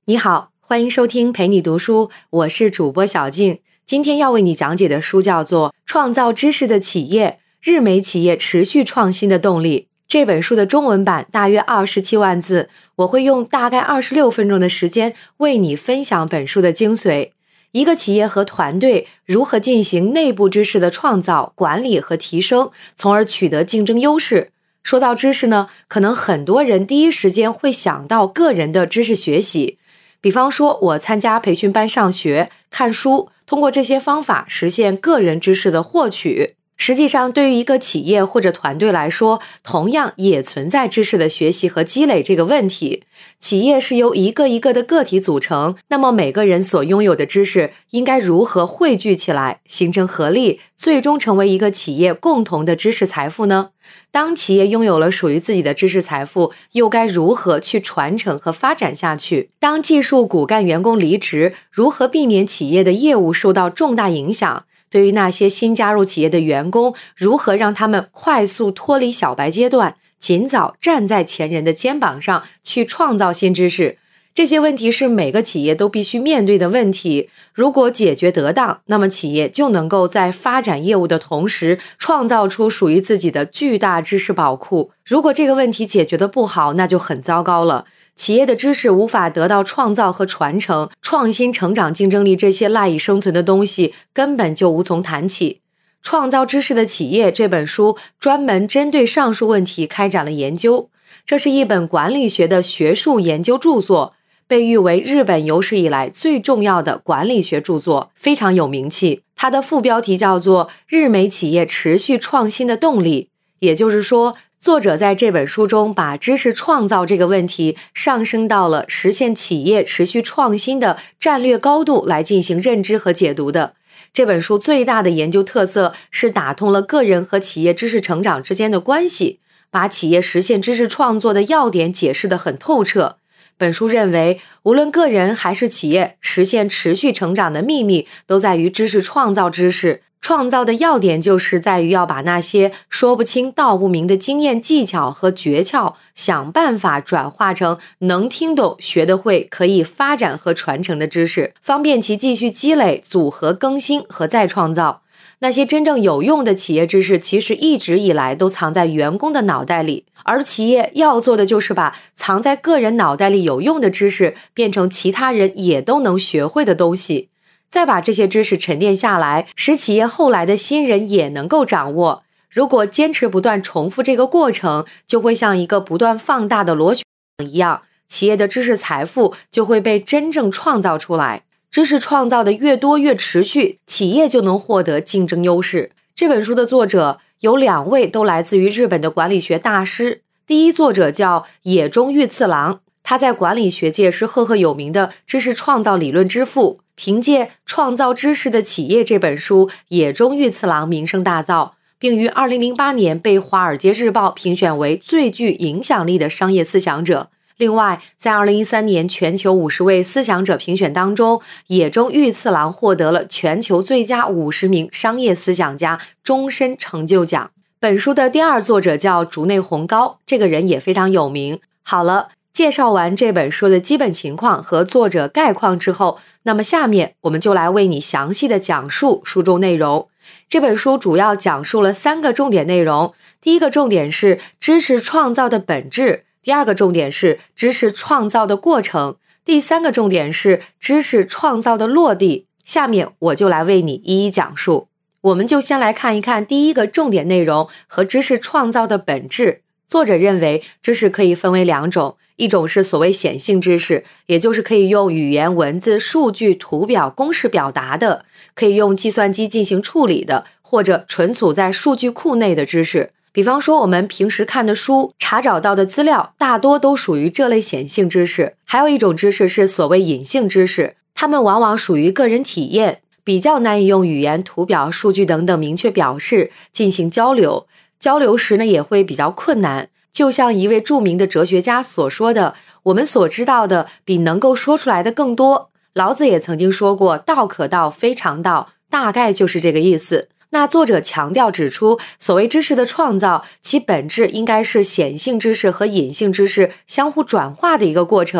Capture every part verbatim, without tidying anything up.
你好，欢迎收听陪你读书，我是主播小静。今天要为你讲解的书叫做《创造知识的企业：日美企业持续创新的动力》。这本书的中文版大约二十七万字，我会用大概二十六分钟的时间为你分享本书的精髓。一个企业和团队如何进行内部知识的创造、管理和提升，从而取得竞争优势。说到知识呢，可能很多人第一时间会想到个人的知识学习，比方说我参加培训班上学、看书，通过这些方法实现个人知识的获取。实际上，对于一个企业或者团队来说，同样也存在知识的学习和积累这个问题。企业是由一个一个的个体组成，那么每个人所拥有的知识应该如何汇聚起来，形成合力，最终成为一个企业共同的知识财富呢？当企业拥有了属于自己的知识财富，又该如何去传承和发展下去？当技术骨干员工离职，如何避免企业的业务受到重大影响？对于那些新加入企业的员工，如何让他们快速脱离小白阶段，尽早站在前人的肩膀上去创造新知识？这些问题是每个企业都必须面对的问题。如果解决得当，那么企业就能够在发展业务的同时，创造出属于自己的巨大知识宝库。如果这个问题解决得不好，那就很糟糕了。企业的知识无法得到创造和传承，创新、成长、竞争力这些赖以生存的东西根本就无从谈起。创造知识的企业这本书专门针对上述问题开展了研究，这是一本管理学的学术研究著作，被誉为日本有史以来最重要的管理学著作，非常有名气。它的副标题叫做《日美企业持续创新的动力》，也就是说，作者在这本书中把知识创造这个问题上升到了实现企业持续创新的战略高度来进行认知和解读的。这本书最大的研究特色是打通了个人和企业知识成长之间的关系，把企业实现知识创作的要点解释得很透彻。本书认为，无论个人还是企业，实现持续成长的秘密都在于知识创造知识。创造的要点就是在于要把那些说不清道不明的经验技巧和诀窍，想办法转化成能听懂、学得会、可以发展和传承的知识，方便其继续积累、组合、更新和再创造。那些真正有用的企业知识其实一直以来都藏在员工的脑袋里，而企业要做的就是把藏在个人脑袋里有用的知识变成其他人也都能学会的东西，再把这些知识沉淀下来，使企业后来的新人也能够掌握。如果坚持不断重复这个过程，就会像一个不断放大的螺旋一样，企业的知识财富就会被真正创造出来。知识创造的越多越持续，企业就能获得竞争优势。这本书的作者有两位都来自于日本的管理学大师。第一作者叫野中裕次郎，他在管理学界是赫赫有名的知识创造理论之父。凭借《创造知识的企业》这本书，野中裕次郎名声大噪，并于二零零八年被《华尔街日报》评选为最具影响力的商业思想者。另外，在二零一三年全球五十位思想者评选当中，野中裕次郎获得了全球最佳五十名商业思想家终身成就奖。本书的第二作者叫竹内宏高，这个人也非常有名。好了，介绍完这本书的基本情况和作者概况之后，那么下面我们就来为你详细的讲述书中内容。这本书主要讲述了三个重点内容，第一个重点是知识创造的本质，第二个重点是知识创造的过程，第三个重点是知识创造的落地。下面我就来为你一一讲述。我们就先来看一看第一个重点内容和知识创造的本质。作者认为知识可以分为两种，一种是所谓显性知识，也就是可以用语言、文字、数据、图表、公式表达的，可以用计算机进行处理的，或者存储在数据库内的知识。比方说我们平时看的书，查找到的资料大多都属于这类显性知识。还有一种知识是所谓隐性知识，它们往往属于个人体验，比较难以用语言、图表、数据等等明确表示进行交流，交流时呢也会比较困难。就像一位著名的哲学家所说的，我们所知道的比能够说出来的更多。老子也曾经说过，道可道非常道，大概就是这个意思。那作者强调指出，所谓知识的创造，其本质应该是显性知识和隐性知识相互转化的一个过程。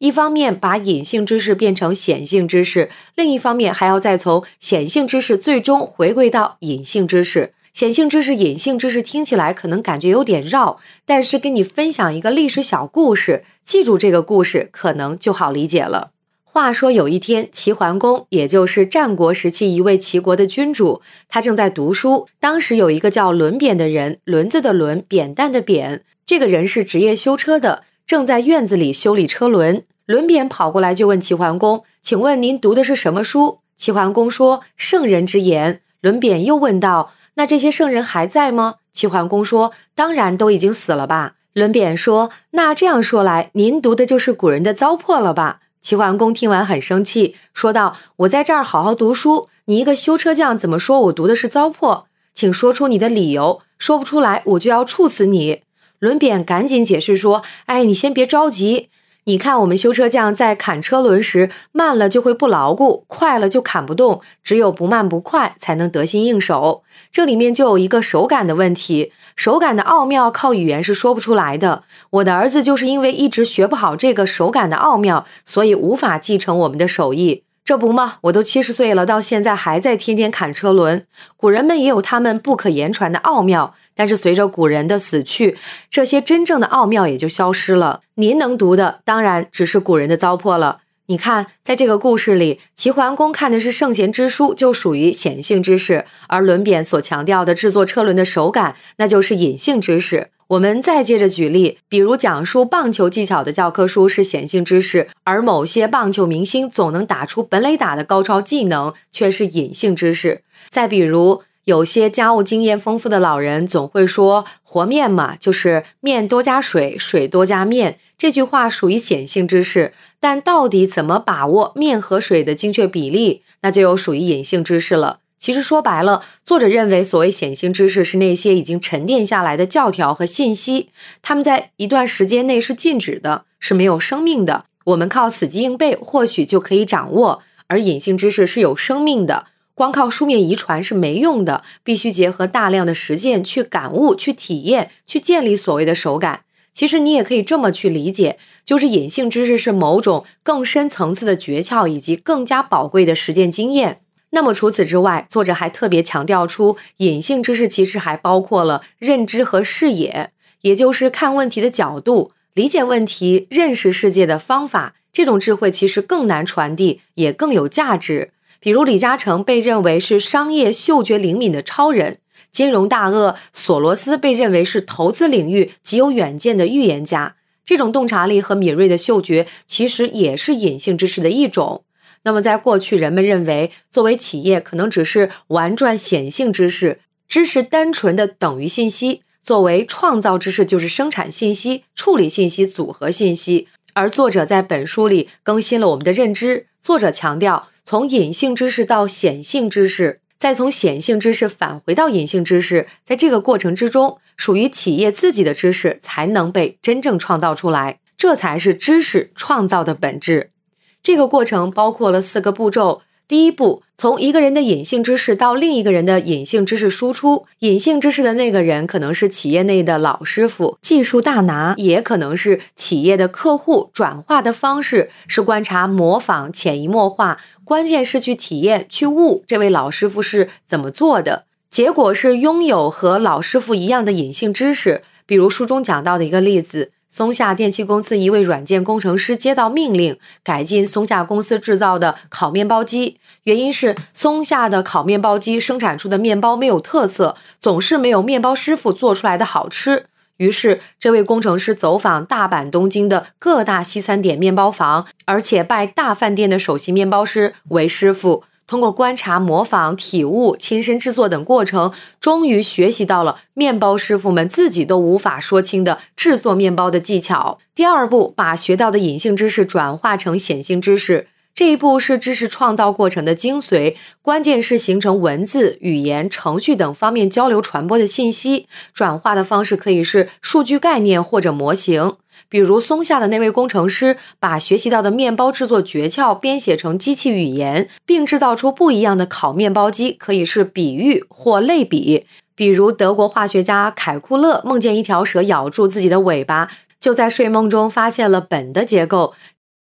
一方面把隐性知识变成显性知识，另一方面还要再从显性知识最终回归到隐性知识。显性知识、隐性知识听起来可能感觉有点绕，但是跟你分享一个历史小故事，记住这个故事可能就好理解了。话说有一天，齐桓公，也就是战国时期一位齐国的君主，他正在读书。当时有一个叫轮扁的人，轮子的轮，扁担的扁，这个人是职业修车的，正在院子里修理车轮。轮扁跑过来就问齐桓公，请问您读的是什么书？齐桓公说，圣人之言。轮扁又问道，那这些圣人还在吗？齐桓公说，当然都已经死了吧。轮扁说，那这样说来，您读的就是古人的糟粕了吧？齐桓公听完很生气，说道，我在这儿好好读书，你一个修车匠怎么说我读的是糟粕？请说出你的理由，说不出来我就要处死你。轮扁赶紧解释说，哎，你先别着急，你看我们修车匠在砍车轮时，慢了就会不牢固，快了就砍不动，只有不慢不快才能得心应手。这里面就有一个手感的问题，手感的奥妙靠语言是说不出来的。我的儿子就是因为一直学不好这个手感的奥妙，所以无法继承我们的手艺。这不嘛，我都七十岁了，到现在还在天天砍车轮。古人们也有他们不可言传的奥妙，但是随着古人的死去，这些真正的奥妙也就消失了。您能读的当然只是古人的糟粕了。你看，在这个故事里，齐桓公看的是圣贤之书，就属于显性知识，而轮扁所强调的制作车轮的手感，那就是隐性知识。我们再接着举例，比如讲述棒球技巧的教科书是显性知识，而某些棒球明星总能打出本垒打的高超技能却是隐性知识。再比如，有些家务经验丰富的老人总会说，和面嘛，就是面多加水，水多加面，这句话属于显性知识，但到底怎么把握面和水的精确比例，那就有属于隐性知识了。其实说白了，作者认为所谓显性知识是那些已经沉淀下来的教条和信息，他们在一段时间内是静止的，是没有生命的，我们靠死记硬背或许就可以掌握，而隐性知识是有生命的，光靠书面遗传是没用的，必须结合大量的实践去感悟、去体验、去建立所谓的手感。其实你也可以这么去理解，就是隐性知识是某种更深层次的诀窍以及更加宝贵的实践经验。那么除此之外，作者还特别强调出，隐性知识其实还包括了认知和视野，也就是看问题的角度、理解问题、认识世界的方法。这种智慧其实更难传递，也更有价值。比如李嘉诚被认为是商业嗅觉灵敏的超人，金融大鳄索罗斯被认为是投资领域极有远见的预言家。这种洞察力和敏锐的嗅觉其实也是隐性知识的一种。那么在过去，人们认为作为企业可能只是玩转显性知识，知识单纯的等于信息，作为创造知识就是生产信息、处理信息、组合信息。而作者在本书里更新了我们的认知，作者强调从隐性知识到显性知识，再从显性知识返回到隐性知识，在这个过程之中，属于企业自己的知识才能被真正创造出来，这才是知识创造的本质。这个过程包括了四个步骤。第一步，从一个人的隐性知识到另一个人的隐性知识输出。隐性知识的那个人可能是企业内的老师傅、技术大拿，也可能是企业的客户。转化的方式是观察、模仿、潜移默化，关键是去体验、去悟这位老师傅是怎么做的。结果是拥有和老师傅一样的隐性知识。比如书中讲到的一个例子，松下电器公司一位软件工程师接到命令，改进松下公司制造的烤面包机，原因是松下的烤面包机生产出的面包没有特色，总是没有面包师傅做出来的好吃。于是这位工程师走访大阪、东京的各大西餐点面包房，而且拜大饭店的首席面包师为师傅，通过观察、模仿、体悟、亲身制作等过程，终于学习到了面包师傅们自己都无法说清的制作面包的技巧。第二步，把学到的隐性知识转化成显性知识。这一步是知识创造过程的精髓，关键是形成文字、语言、程序等方面交流传播的信息。转化的方式可以是数据概念或者模型。比如松下的那位工程师把学习到的面包制作诀窍编写成机器语言，并制造出不一样的烤面包机，可以是比喻或类比。比如德国化学家凯库勒梦见一条蛇咬住自己的尾巴，就在睡梦中发现了苯的结构，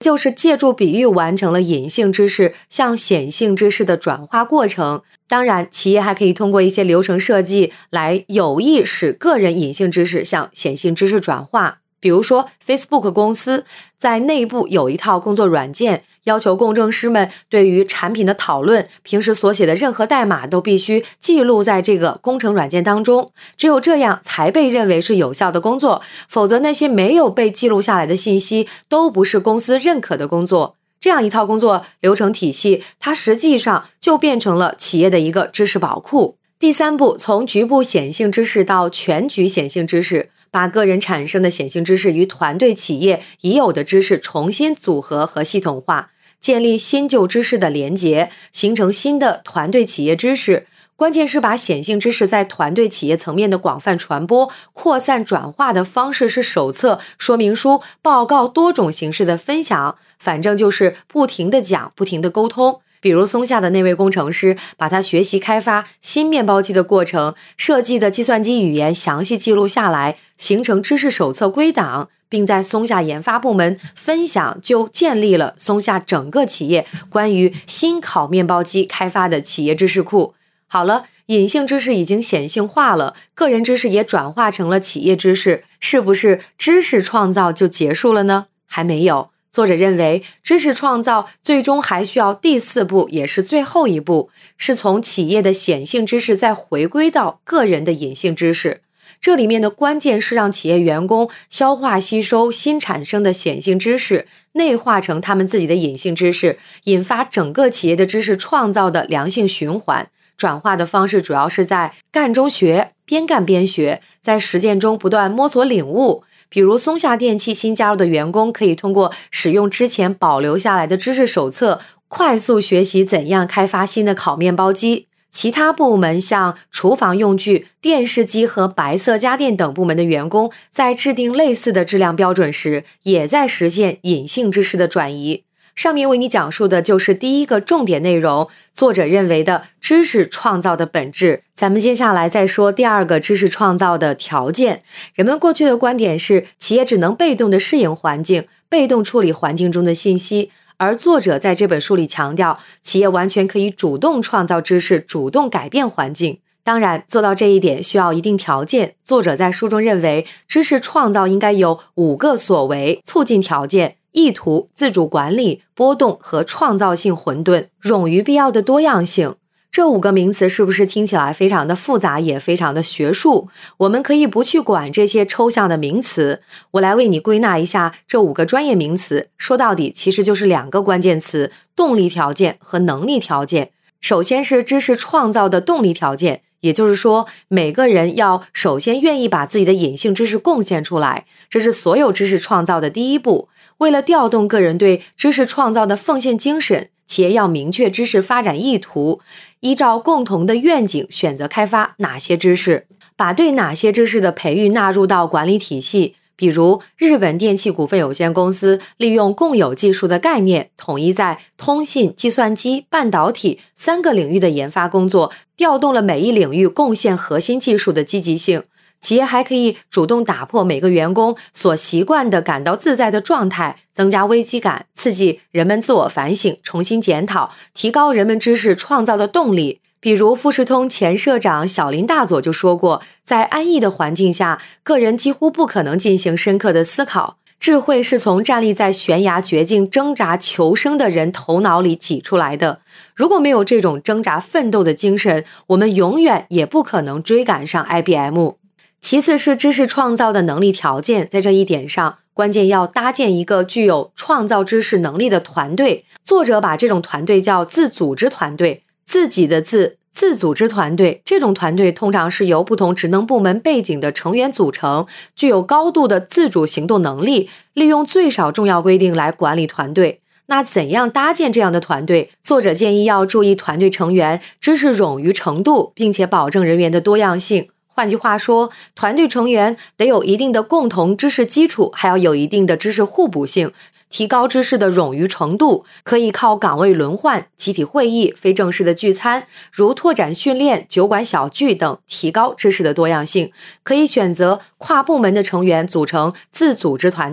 就是借助比喻完成了隐性知识向显性知识的转化过程。当然，企业还可以通过一些流程设计来有意使个人隐性知识向显性知识转化。比如说 Facebook 公司在内部有一套工作软件，要求工程师们对于产品的讨论，平时所写的任何代码都必须记录在这个工程软件当中，只有这样才被认为是有效的工作，否则那些没有被记录下来的信息都不是公司认可的工作。这样一套工作流程体系，它实际上就变成了企业的一个知识宝库。第三步，从局部显性知识到全局显性知识，把个人产生的显性知识与团队企业已有的知识重新组合和系统化，建立新旧知识的连结，形成新的团队企业知识。关键是把显性知识在团队企业层面的广泛传播、扩散转化的方式是手册、说明书、报告多种形式的分享，反正就是不停地讲，不停地沟通。比如松下的那位工程师，把他学习开发新面包机的过程设计的计算机语言详细记录下来，形成知识手册归档，并在松下研发部门分享，就建立了松下整个企业关于新烤面包机开发的企业知识库。好了，隐性知识已经显性化了，个人知识也转化成了企业知识，是不是知识创造就结束了呢？还没有。作者认为，知识创造最终还需要第四步，也是最后一步，是从企业的显性知识再回归到个人的隐性知识。这里面的关键是让企业员工消化吸收新产生的显性知识，内化成他们自己的隐性知识，引发整个企业的知识创造的良性循环。转化的方式主要是在干中学，边干边学，在实践中不断摸索领悟。比如松下电器新加入的员工可以通过使用之前保留下来的知识手册，快速学习怎样开发新的烤面包机。其他部门像厨房用具、电视机和白色家电等部门的员工，在制定类似的质量标准时，也在实现隐性知识的转移。上面为你讲述的就是第一个重点内容，作者认为的知识创造的本质。咱们接下来再说第二个知识创造的条件。人们过去的观点是，企业只能被动的适应环境，被动处理环境中的信息，而作者在这本书里强调，企业完全可以主动创造知识，主动改变环境。当然，做到这一点需要一定条件。作者在书中认为，知识创造应该有五个所为促进条件：意图、自主管理、波动和创造性混沌，冗余必要的多样性。这五个名词是不是听起来非常的复杂，也非常的学术？我们可以不去管这些抽象的名词，我来为你归纳一下这五个专业名词。说到底，其实就是两个关键词：动力条件和能力条件。首先是知识创造的动力条件，也就是说，每个人要首先愿意把自己的隐性知识贡献出来，这是所有知识创造的第一步。为了调动个人对知识创造的奉献精神，企业要明确知识发展意图，依照共同的愿景选择开发哪些知识，把对哪些知识的培育纳入到管理体系。比如日本电器股份有限公司利用共有技术的概念，统一在通信、计算机、半导体三个领域的研发工作，调动了每一领域贡献核心技术的积极性。企业还可以主动打破每个员工所习惯的感到自在的状态，增加危机感，刺激人们自我反省，重新检讨，提高人们知识创造的动力。比如富士通前社长小林大佐就说过，在安逸的环境下，个人几乎不可能进行深刻的思考，智慧是从站立在悬崖绝境挣扎求生的人头脑里挤出来的。如果没有这种挣扎奋斗的精神，我们永远也不可能追赶上 I B M。其次是知识创造的能力条件，在这一点上，关键要搭建一个具有创造知识能力的团队。作者把这种团队叫自组织团队，自己的自，自组织团队。这种团队通常是由不同职能部门背景的成员组成，具有高度的自主行动能力，利用最少重要规定来管理团队。那怎样搭建这样的团队？作者建议要注意团队成员知识冗余程度，并且保证人员的多样性。换句话说，团队成员得有一定的共同知识基础，还要有一定的知识互补性。提高知识的冗余程度，可以靠岗位轮换、集体会议、非正式的聚餐，如拓展训练、酒馆小聚等，提高知识的多样性。可以选择跨部门的成员组成自组织团队，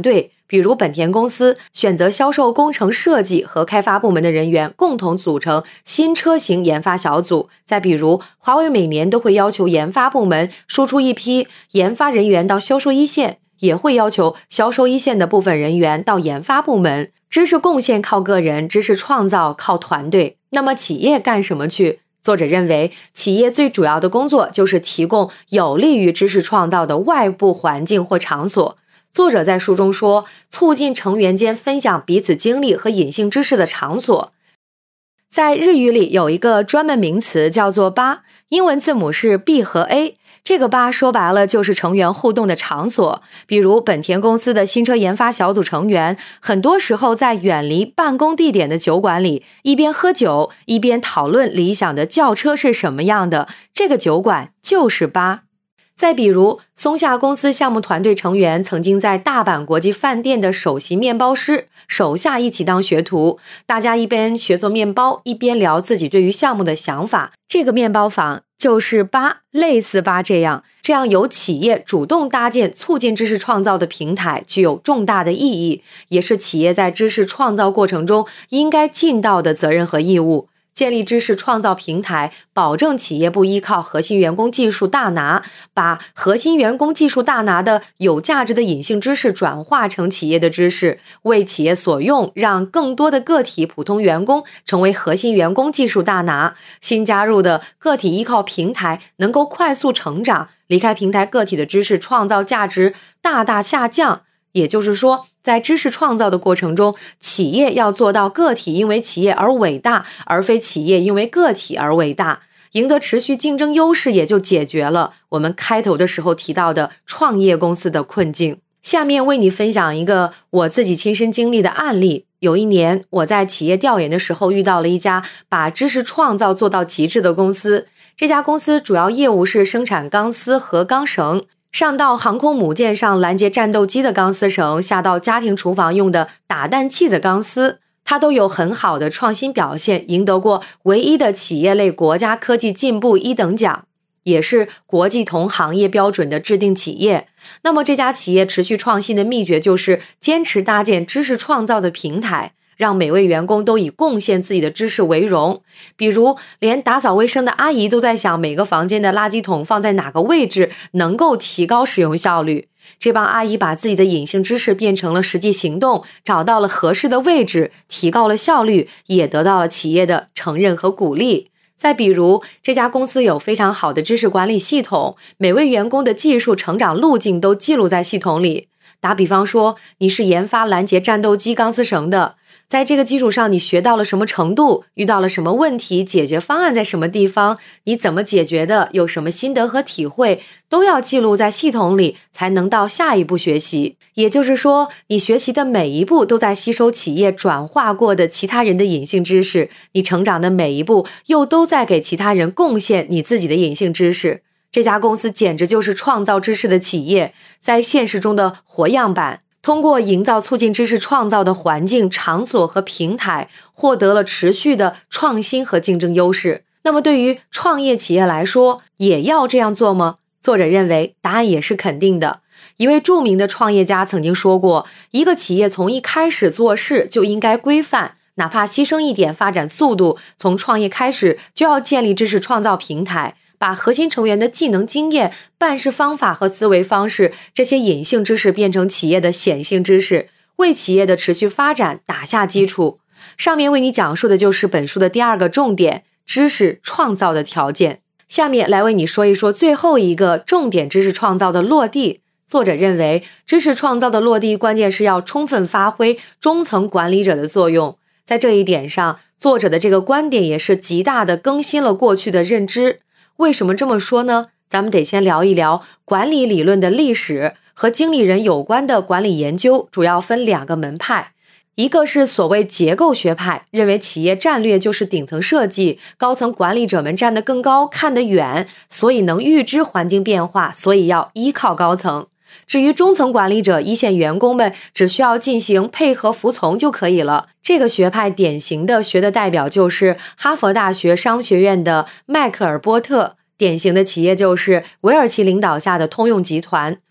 比如本田公司选择销售工程设计和开发部门的人员共同组成新车型研发小组。再比如华为每年都会要求研发部门输出一批研发人员到销售一线，也会要求销售一线的部分人员到研发部门。知识贡献靠个人，知识创造靠团队。那么企业干什么去？作者认为，企业最主要的工作就是提供有利于知识创造的外部环境或场所。作者在书中说，促进成员间分享彼此经历和隐性知识的场所。在日语里有一个专门名词叫做吧，英文字母是 B 和 A。这个吧说白了就是成员互动的场所，比如本田公司的新车研发小组成员，很多时候在远离办公地点的酒馆里，一边喝酒，一边讨论理想的轿车是什么样的，这个酒馆就是吧。再比如松下公司项目团队成员曾经在大阪国际饭店的首席面包师手下一起当学徒，大家一边学做面包，一边聊自己对于项目的想法，这个面包坊就是吧，类似吧这样，这样由企业主动搭建促进知识创造的平台，具有重大的意义，也是企业在知识创造过程中应该尽到的责任和义务。建立知识创造平台，保证企业不依靠核心员工技术大拿，把核心员工技术大拿的有价值的隐性知识转化成企业的知识，为企业所用，让更多的个体普通员工成为核心员工技术大拿。新加入的个体依靠平台能够快速成长，离开平台个体的知识创造价值大大下降。也就是说，在知识创造的过程中，企业要做到个体因为企业而伟大，而非企业因为个体而伟大，赢得持续竞争优势，也就解决了我们开头的时候提到的创业公司的困境。下面为你分享一个我自己亲身经历的案例。有一年，我在企业调研的时候遇到了一家把知识创造做到极致的公司。这家公司主要业务是生产钢丝和钢绳，上到航空母舰上拦截战斗机的钢丝绳，下到家庭厨房用的打蛋器的钢丝，它都有很好的创新表现，赢得过唯一的企业类国家科技进步一等奖，也是国际同行业标准的制定企业。那么这家企业持续创新的秘诀就是坚持搭建知识创造的平台，让每位员工都以贡献自己的知识为荣。比如连打扫卫生的阿姨都在想每个房间的垃圾桶放在哪个位置能够提高使用效率。这帮阿姨把自己的隐性知识变成了实际行动，找到了合适的位置，提高了效率，也得到了企业的承认和鼓励。再比如这家公司有非常好的知识管理系统，每位员工的技术成长路径都记录在系统里。打比方说，你是研发拦截战斗机钢丝绳的，在这个基础上你学到了什么程度，遇到了什么问题，解决方案在什么地方，你怎么解决的，有什么心得和体会，都要记录在系统里，才能到下一步学习。也就是说，你学习的每一步都在吸收企业转化过的其他人的隐性知识，你成长的每一步又都在给其他人贡献你自己的隐性知识。这家公司简直就是创造知识的企业，在现实中的活样板，通过营造促进知识创造的环境、场所和平台，获得了持续的创新和竞争优势。那么对于创业企业来说，也要这样做吗？作者认为答案也是肯定的。一位著名的创业家曾经说过，一个企业从一开始做事就应该规范，哪怕牺牲一点发展速度，从创业开始就要建立知识创造平台，把核心成员的技能经验、办事方法和思维方式，这些隐性知识变成企业的显性知识，为企业的持续发展打下基础。上面为你讲述的就是本书的第二个重点，知识创造的条件。下面来为你说一说最后一个重点，知识创造的落地。作者认为，知识创造的落地关键是要充分发挥中层管理者的作用。在这一点上，作者的这个观点也是极大的更新了过去的认知。为什么这么说呢？咱们得先聊一聊管理理论的历史。和经理人有关的管理研究主要分两个门派，一个是所谓结构学派，认为企业战略就是顶层设计，高层管理者们站得更高，看得远，所以能预知环境变化，所以要依靠高层。至于中层管理者，一线员工们只需要进行配合服从就可以了。这个学派典型的学的代表就是哈佛大学商学院的迈克尔波特，典型的企业就是韦尔奇领导下的通用集团。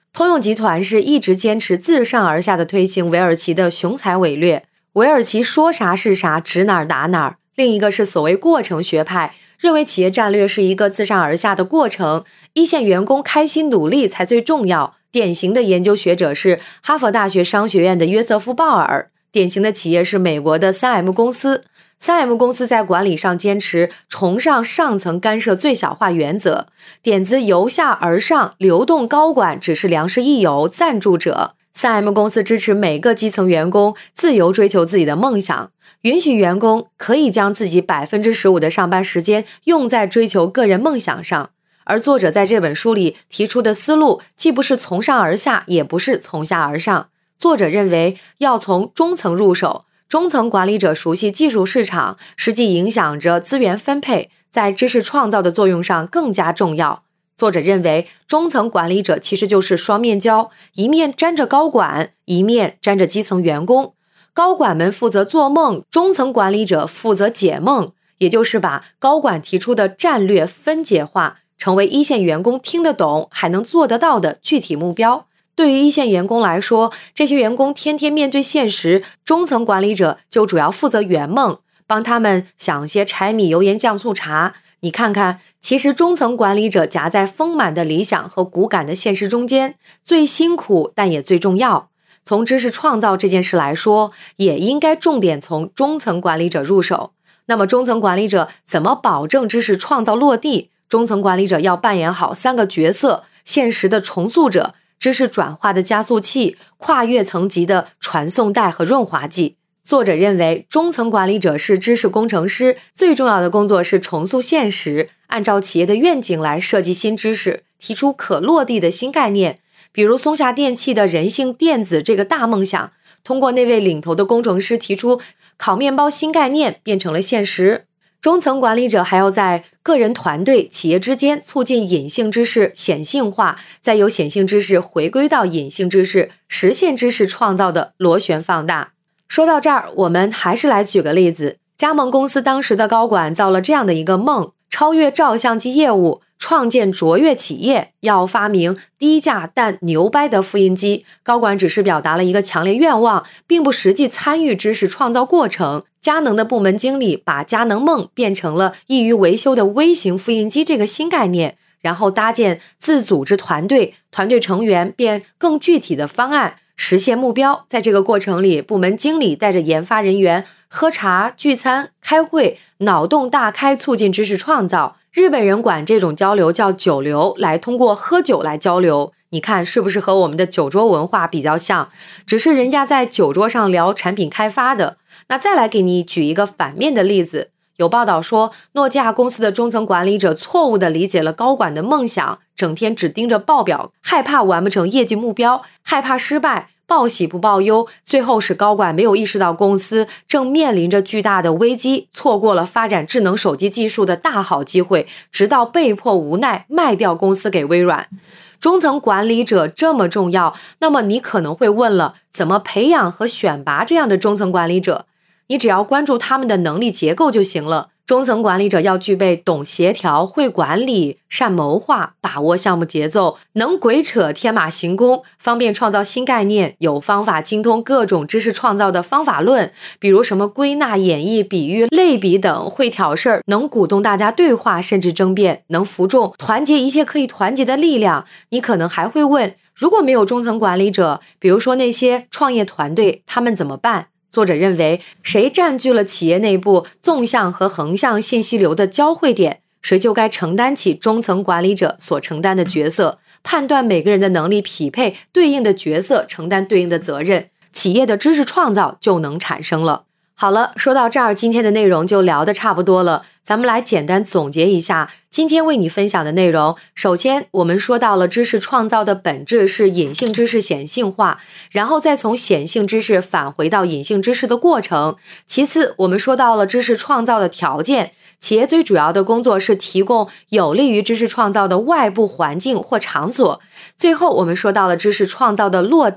通用集团是一直坚持自上而下的推行韦尔奇的雄才伟略，韦尔奇说啥是啥，指哪儿打哪儿。另一个是所谓过程学派，认为企业战略是一个自上而下的过程，一线员工开心努力才最重要。典型的研究学者是哈佛大学商学院的约瑟夫·鲍尔，典型的企业是美国的 三 M 公司。三 M 公司在管理上坚持崇尚上层干涉最小化原则，点子由下而上，流动高管只是良师益友、赞助者。三 M 公司支持每个基层员工自由追求自己的梦想，允许员工可以将自己 百分之十五 的上班时间用在追求个人梦想上。而作者在这本书里提出的思路既不是从上而下，也不是从下而上。作者认为要从中层入手，中层管理者熟悉技术市场，实际影响着资源分配，在知识创造的作用上更加重要。作者认为中层管理者其实就是双面胶，一面沾着高管，一面沾着基层员工。高管们负责做梦，中层管理者负责解梦，也就是把高管提出的战略分解化，成为一线员工听得懂还能做得到的具体目标。对于一线员工来说，这些员工天天面对现实，中层管理者就主要负责圆梦，帮他们想些柴米油盐酱醋茶。你看看，其实中层管理者夹在丰满的理想和骨感的现实中间，最辛苦但也最重要。从知识创造这件事来说，也应该重点从中层管理者入手。那么中层管理者怎么保证知识创造落地？中层管理者要扮演好三个角色：现实的重塑者，知识转化的加速器，跨越层级的传送带和润滑剂。作者认为中层管理者是知识工程师，最重要的工作是重塑现实，按照企业的愿景来设计新知识，提出可落地的新概念。比如松下电器的人性电子这个大梦想，通过那位领头的工程师提出烤面包新概念，变成了现实。中层管理者还要在个人、团队、企业之间促进隐性知识显性化，再由显性知识回归到隐性知识，实现知识创造的螺旋放大。说到这儿，我们还是来举个例子。加盟公司当时的高管造了这样的一个梦，超越照相机业务，创建卓越企业，要发明低价但牛掰的复印机。高管只是表达了一个强烈愿望，并不实际参与知识创造过程。佳能的部门经理把佳能梦变成了易于维修的微型复印机这个新概念，然后搭建自组织团队，团队成员变更具体的方案，实现目标。在这个过程里，部门经理带着研发人员喝茶、聚餐、开会，脑洞大开，促进知识创造。日本人管这种交流叫酒流，来通过喝酒来交流。你看是不是和我们的酒桌文化比较像？只是人家在酒桌上聊产品开发的。那再来给你举一个反面的例子，有报道说诺基亚公司的中层管理者错误地理解了高管的梦想，整天只盯着报表，害怕完不成业绩目标，害怕失败，报喜不报忧，最后使高管没有意识到公司正面临着巨大的危机，错过了发展智能手机技术的大好机会，直到被迫无奈卖掉公司给微软。中层管理者这么重要，那么你可能会问了，怎么培养和选拔这样的中层管理者？你只要关注他们的能力结构就行了。中层管理者要具备懂协调、会管理、善谋划、把握项目节奏，能鬼扯天马行空，方便创造新概念，有方法精通各种知识创造的方法论，比如什么归纳、演绎、比喻、类比等，会挑事儿，能鼓动大家对话甚至争辩，能服众，团结一切可以团结的力量。你可能还会问，如果没有中层管理者，比如说那些创业团队，他们怎么办？作者认为，谁占据了企业内部纵向和横向信息流的交汇点，谁就该承担起中层管理者所承担的角色，判断每个人的能力匹配对应的角色，承担对应的责任，企业的知识创造就能产生了。好了，说到这儿，今天的内容就聊得差不多了。咱们来简单总结一下今天为你分享的内容。首先，我们说到了知识创造的本质是隐性知识显性化，然后再从显性知识返回到隐性知识的过程。其次，我们说到了知识创造的条件，企业最主要的工作是提供有利于知识创造的外部环境或场所。最后，我们说到了知识创造的落地，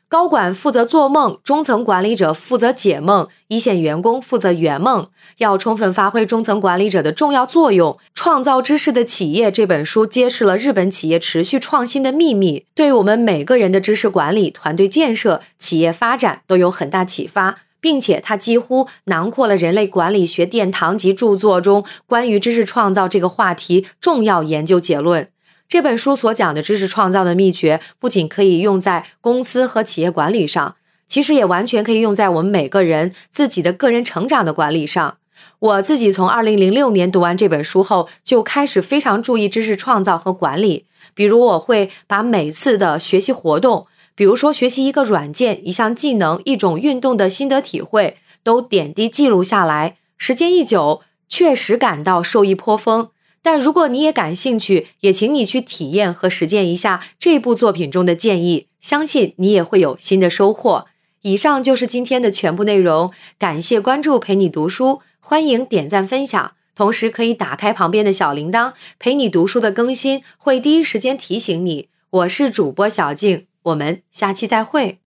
高管负责做梦，中层管理者负责解梦，一线员工负责圆梦。要充分发挥中层管理者的重要作用，创造知识的企业这本书揭示了日本企业持续创新的秘密，对我们每个人的知识管理、团队建设、企业发展都有很大启发，并且它几乎囊括了人类管理学殿堂级著作中关于知识创造这个话题重要研究结论。这本书所讲的知识创造的秘诀，不仅可以用在公司和企业管理上，其实也完全可以用在我们每个人自己的个人成长的管理上。我自己从二零零六年读完这本书后，就开始非常注意知识创造和管理。比如我会把每次的学习活动，比如说学习一个软件、一项技能、一种运动的心得体会，都点滴记录下来。时间一久，确实感到受益颇丰。但如果你也感兴趣，也请你去体验和实践一下这部作品中的建议，相信你也会有新的收获。以上就是今天的全部内容，感谢关注陪你读书，欢迎点赞分享，同时可以打开旁边的小铃铛，陪你读书的更新会第一时间提醒你。我是主播小静，我们下期再会。